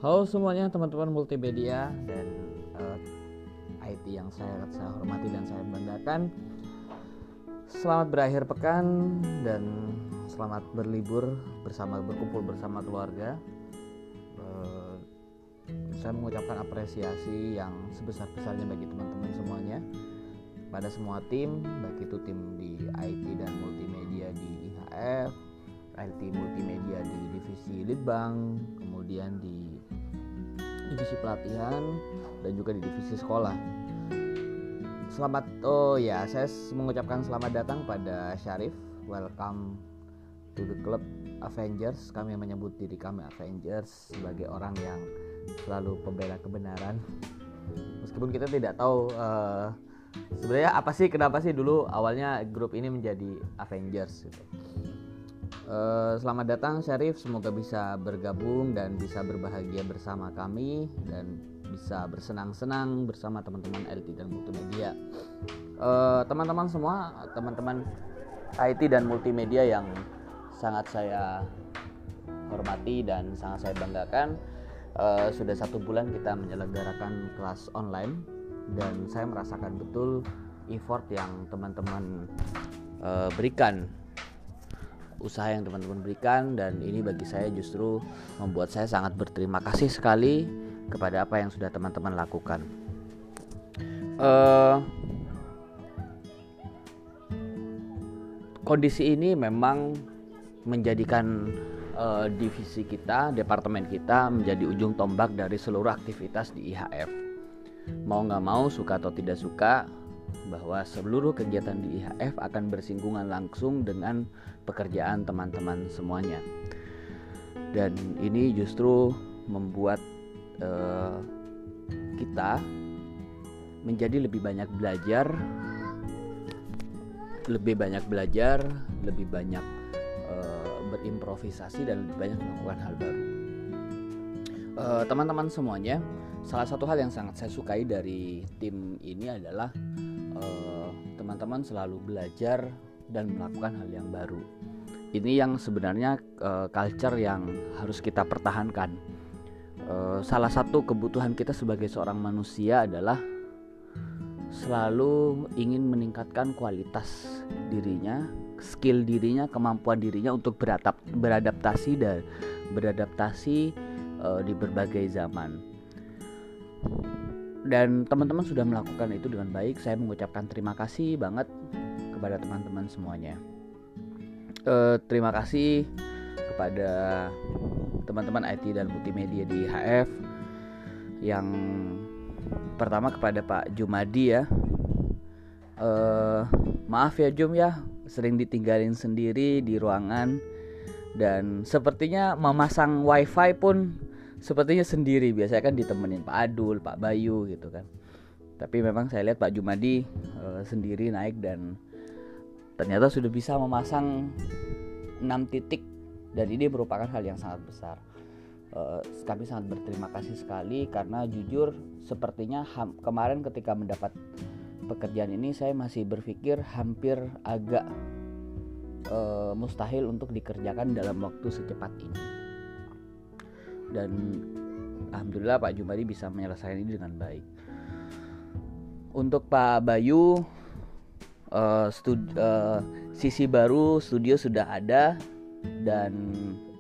Halo semuanya teman-teman multimedia dan IT yang saya hormati dan saya banggakan. Selamat berakhir pekan dan selamat berkumpul bersama keluarga. Saya mengucapkan apresiasi yang sebesar-besarnya bagi teman-teman semuanya, pada semua tim, baik itu tim di IT dan multimedia di IHF, IT multimedia di divisi Litbang, kemudian di divisi pelatihan dan juga di divisi sekolah. Saya mengucapkan selamat datang pada Syarif. Welcome to the club Avengers. Kami menyebut diri kami Avengers sebagai orang yang selalu pembela kebenaran. Meskipun kita tidak tahu sebenarnya kenapa sih dulu awalnya grup ini menjadi Avengers gitu. Selamat datang Syarif, semoga bisa bergabung dan bisa berbahagia bersama kami dan bisa bersenang-senang bersama teman-teman IT dan multimedia. Teman-teman semua, teman-teman IT dan multimedia yang sangat saya hormati dan sangat saya banggakan, sudah 1 bulan kita menyelenggarakan kelas online dan saya merasakan betul effort yang teman-teman berikan, usaha yang teman-teman berikan, dan ini bagi saya justru membuat saya sangat berterima kasih sekali kepada apa yang sudah teman-teman lakukan. Kondisi ini memang menjadikan divisi kita, departemen kita menjadi ujung tombak dari seluruh aktivitas di IHF. Mau gak mau, suka atau tidak suka, bahwa seluruh kegiatan di IHF akan bersinggungan langsung dengan pekerjaan teman-teman semuanya. Dan ini justru membuat kita menjadi lebih banyak belajar, lebih banyak berimprovisasi dan lebih banyak melakukan hal baru. Teman-teman semuanya, salah satu hal yang sangat saya sukai dari tim ini adalah teman-teman selalu belajar dan melakukan hal yang baru. Ini yang sebenarnya culture yang harus kita pertahankan. Salah satu kebutuhan kita sebagai seorang manusia adalah selalu ingin meningkatkan kualitas dirinya, skill dirinya, kemampuan dirinya untuk beradaptasi di berbagai zaman. Dan teman-teman sudah melakukan itu dengan baik. Saya mengucapkan terima kasih banget kepada teman-teman semuanya. Terima kasih kepada teman-teman IT dan multimedia di IHF. Yang pertama kepada Pak Jumadi ya. Maaf ya Jum ya, sering ditinggalin sendiri di ruangan, dan sepertinya memasang wifi pun sepertinya sendiri. Biasanya kan ditemenin Pak Adul, Pak Bayu gitu kan. Tapi memang saya lihat Pak Jumadi sendiri naik dan ternyata sudah bisa memasang 6 titik, dan ini merupakan hal yang sangat besar. Kami sangat berterima kasih sekali, karena jujur sepertinya kemarin ketika mendapat pekerjaan ini saya masih berpikir hampir agak mustahil untuk dikerjakan dalam waktu secepat ini. Dan alhamdulillah Pak Jumadi bisa menyelesaikan ini dengan baik. Untuk Pak Bayu, sisi baru studio sudah ada, dan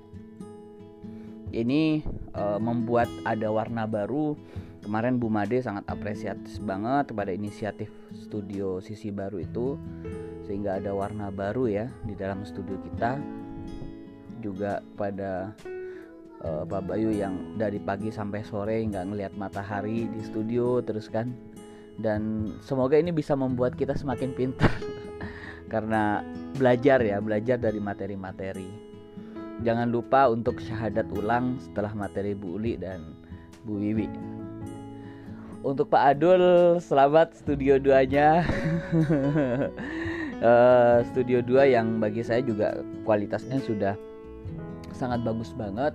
ini membuat ada warna baru. Kemarin Bu Made sangat apresiatif banget kepada inisiatif studio sisi baru itu, sehingga ada warna baru ya di dalam studio kita. Juga pada Pak Bayu yang dari pagi sampai sore nggak ngelihat matahari di studio terus kan. Dan semoga ini bisa membuat kita semakin pintar karena belajar dari materi-materi. Jangan lupa untuk syahadat ulang setelah materi Bu Uli dan Bu Wiwi. Untuk Pak Adul, selamat studio 2-nya. Studio 2 yang bagi saya juga kualitasnya sudah sangat bagus banget.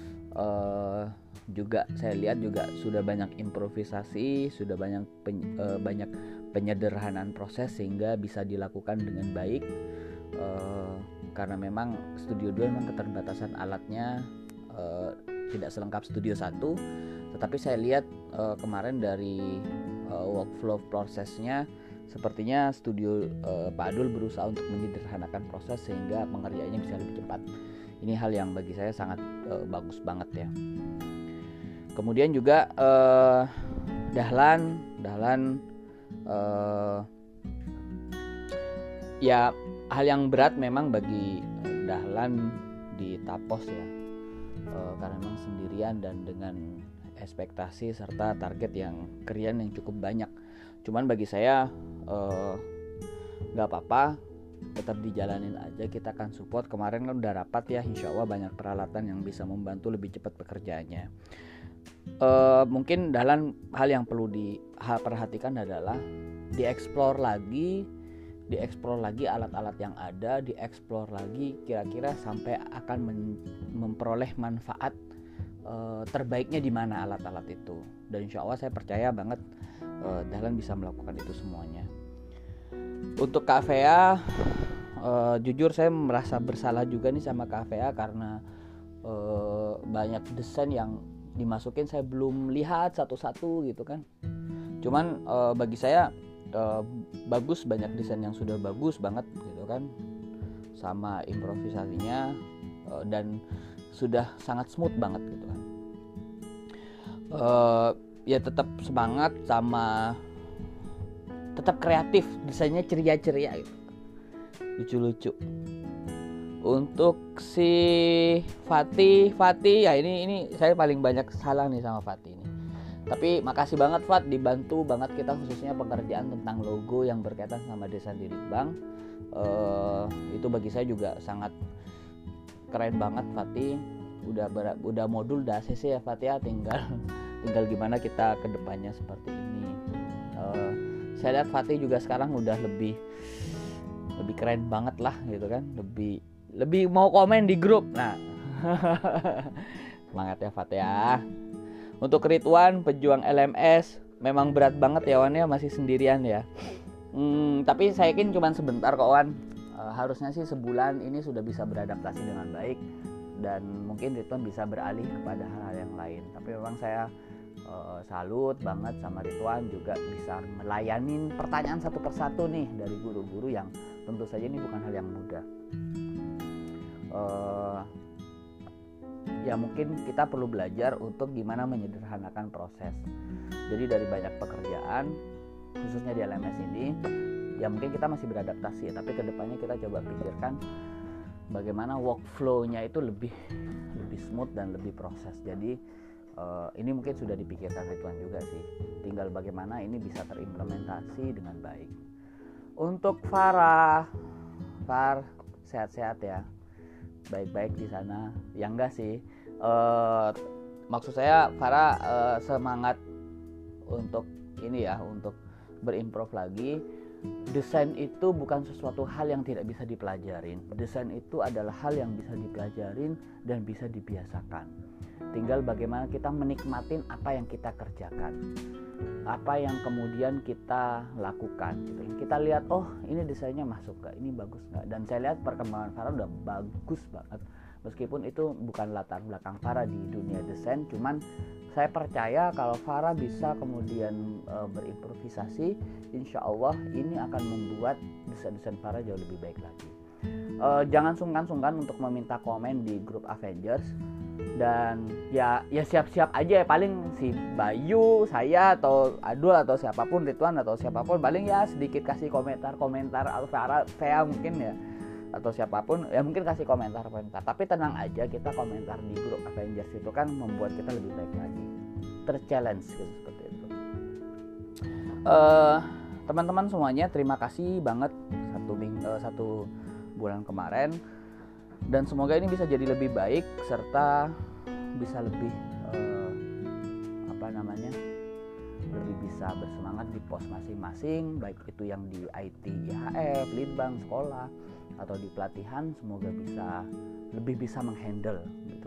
Juga saya lihat juga sudah banyak improvisasi, sudah banyak penyederhanaan proses sehingga bisa dilakukan dengan baik. Karena memang studio 2 memang keterbatasan alatnya, tidak selengkap Studio 1, tetapi saya lihat kemarin dari workflow prosesnya sepertinya Studio Pak Adul berusaha untuk menyederhanakan proses sehingga pengerjaannya bisa lebih cepat. Ini hal yang bagi saya sangat bagus banget ya. Kemudian juga Dahlan ya hal yang berat memang bagi Dahlan di Tapos ya, karena memang sendirian dan dengan ekspektasi serta target yang keren yang cukup banyak. Cuman bagi saya nggak apa-apa, tetap dijalanin aja, kita akan support. Kemarin kan udah rapat ya, insya Allah banyak peralatan yang bisa membantu lebih cepat pekerjaannya. Mungkin Dahlan hal yang perlu diperhatikan adalah dieksplor lagi alat-alat yang ada, dieksplor lagi kira-kira sampai akan memperoleh manfaat terbaiknya di mana alat-alat itu. Dan insya Allah saya percaya banget Dahlan bisa melakukan itu semuanya. Untuk KVA, jujur saya merasa bersalah juga nih sama KVA karena banyak desain yang dimasukin saya belum lihat satu-satu gitu kan. Cuman bagi saya bagus, banyak desain yang sudah bagus banget gitu kan, sama improvisasinya dan sudah sangat smooth banget gitu kan. Ya tetap semangat sama tetap kreatif, desainnya ceria-ceria gitu, lucu-lucu. Untuk si Fatih ya ini saya paling banyak salah nih sama Fatih ini. Tapi makasih banget Fat, dibantu banget kita khususnya pengerjaan tentang logo yang berkaitan sama desain di Litbang. Itu bagi saya juga sangat keren banget Fatih. Udah modul udah ACC ya Fatih ya, tinggal gimana kita kedepannya seperti ini. Saya lihat Fatih juga sekarang udah lebih keren banget lah gitu kan, lebih mau komen di grup. Nah semangat ya Fatih ya. Untuk Ridwan pejuang LMS memang berat banget ya Wan ya, masih sendirian ya. Tapi saya yakin cuma sebentar kok Wan. Harusnya sih sebulan ini sudah bisa beradaptasi dengan baik dan mungkin Ridwan bisa beralih kepada hal-hal yang lain. Tapi memang saya salut banget sama Ridwan, juga bisa melayanin pertanyaan satu persatu nih dari guru-guru yang tentu saja ini bukan hal yang mudah. Ya mungkin kita perlu belajar untuk gimana menyederhanakan proses. Jadi dari banyak pekerjaan khususnya di LMS ini ya mungkin kita masih beradaptasi, tapi kedepannya kita coba pikirkan bagaimana workflow-nya itu lebih smooth dan lebih proses. Jadi ini mungkin sudah dipikirkan Ridwan juga sih, tinggal bagaimana ini bisa terimplementasi dengan baik. Untuk Farah sehat-sehat ya, baik-baik di sana. Ya enggak sih, maksud saya Farah semangat untuk ini ya, untuk berimprove lagi. Desain itu bukan sesuatu hal yang tidak bisa dipelajarin. Desain itu adalah hal yang bisa dipelajarin dan bisa dibiasakan. Tinggal bagaimana kita menikmatin apa yang kita kerjakan, apa yang kemudian kita lakukan gitu. Kita lihat, oh ini desainnya masuk gak, ini bagus gak. Dan saya lihat perkembangan Farah udah bagus banget. Meskipun itu bukan latar belakang Farah di dunia desain, cuman saya percaya kalau Farah bisa kemudian berimprovisasi, insya Allah ini akan membuat desain-desain Farah jauh lebih baik lagi. Jangan sungkan-sungkan untuk meminta komen di grup Avengers. Dan ya siap-siap aja ya, paling si Bayu, saya atau Adul atau siapapun, Ridwan atau siapapun, paling ya sedikit kasih komentar atau Farah mungkin ya, atau siapapun ya mungkin kasih komentar. Tapi tenang aja, kita komentar di grup Avengers itu kan membuat kita lebih baik lagi, terchallenge gitu, seperti itu. Teman-teman semuanya, terima kasih banget satu bulan kemarin, dan semoga ini bisa jadi lebih baik serta bisa lebih lebih bisa bersemangat di pos masing-masing, baik itu yang di IT, IHF, Litbang, sekolah atau di pelatihan. Semoga lebih bisa menghandle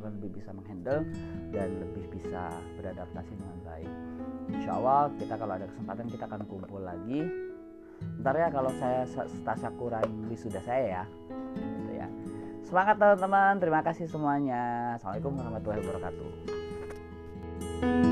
dan lebih bisa beradaptasi dengan baik. Insya Allah kita kalau ada kesempatan kita akan kumpul lagi. Ntar ya kalau saya tasyakuran wisuda saya ya, gitu ya. Semangat teman-teman, terima kasih semuanya. Assalamualaikum warahmatullahi wabarakatuh.